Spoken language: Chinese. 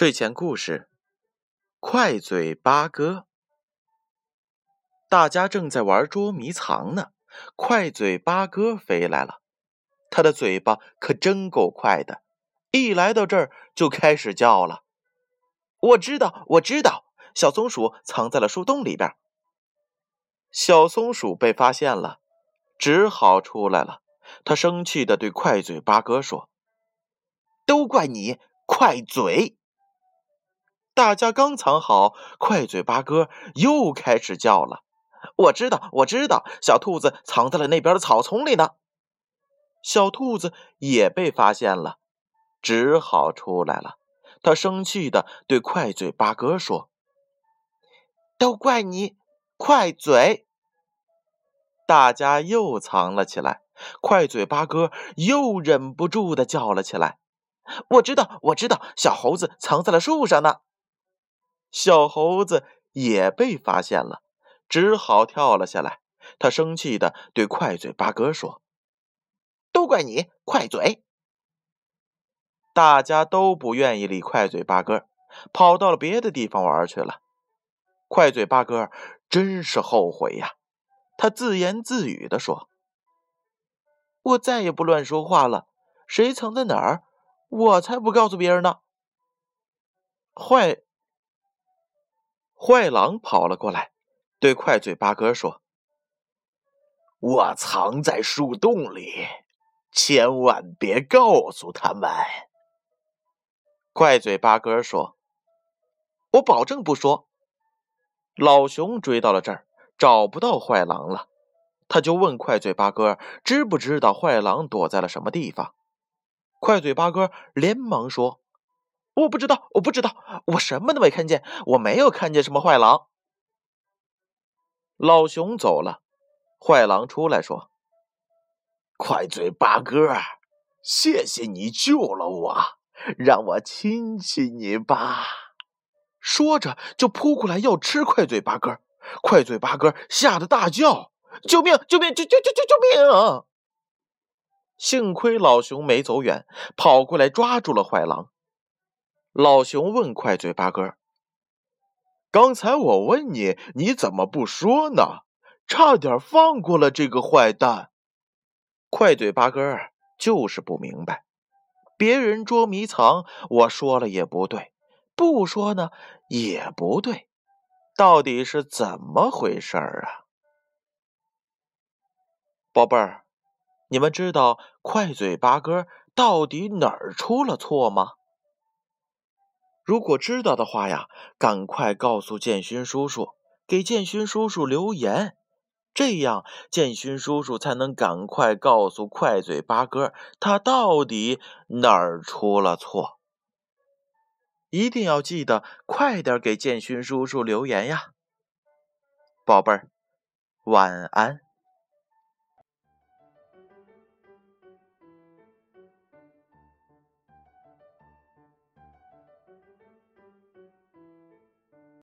睡前故事：快嘴八哥。大家正在玩捉迷藏呢，快嘴八哥飞来了。他的嘴巴可真够快的，一来到这儿就开始叫了。我知道，小松鼠藏在了树洞里边。小松鼠被发现了，只好出来了。他生气地对快嘴八哥说：都怪你，快嘴！大家刚藏好，快嘴八哥又开始叫了。我知道，小兔子藏在了那边的草丛里呢。小兔子也被发现了，只好出来了。他生气地对快嘴八哥说：都怪你，快嘴！大家又藏了起来，快嘴八哥又忍不住地叫了起来。我知道，小猴子藏在了树上呢。小猴子也被发现了，只好跳了下来。他生气地对快嘴八哥说：都怪你，快嘴！大家都不愿意理快嘴八哥，跑到了别的地方玩去了。快嘴八哥真是后悔呀，他自言自语地说：我再也不乱说话了，谁藏在哪儿，我才不告诉别人呢。坏狼跑了过来，对快嘴八哥说：我藏在树洞里，千万别告诉他们。快嘴八哥说：我保证不说。老熊追到了这儿，找不到坏狼了，他就问快嘴八哥知不知道坏狼躲在了什么地方。快嘴八哥连忙说：我不知道，我什么都没看见，我没有看见什么坏狼。老熊走了，坏狼出来说：快嘴八哥，谢谢你救了我，让我亲亲你吧。说着就扑过来要吃快嘴八哥。快嘴八哥吓得大叫：救命！救命！救命！幸亏老熊没走远，跑过来抓住了坏狼。老熊问快嘴八哥：刚才我问你，你怎么不说呢？差点放过了这个坏蛋。快嘴八哥就是不明白，别人捉迷藏，我说了也不对，不说呢也不对，到底是怎么回事啊？宝贝儿，你们知道快嘴八哥到底哪儿出了错吗？如果知道的话呀，赶快告诉建勋叔叔，给建勋叔叔留言，这样建勋叔叔才能赶快告诉快嘴八哥他到底哪儿出了错。一定要记得快点给建勋叔叔留言呀。宝贝儿，晚安。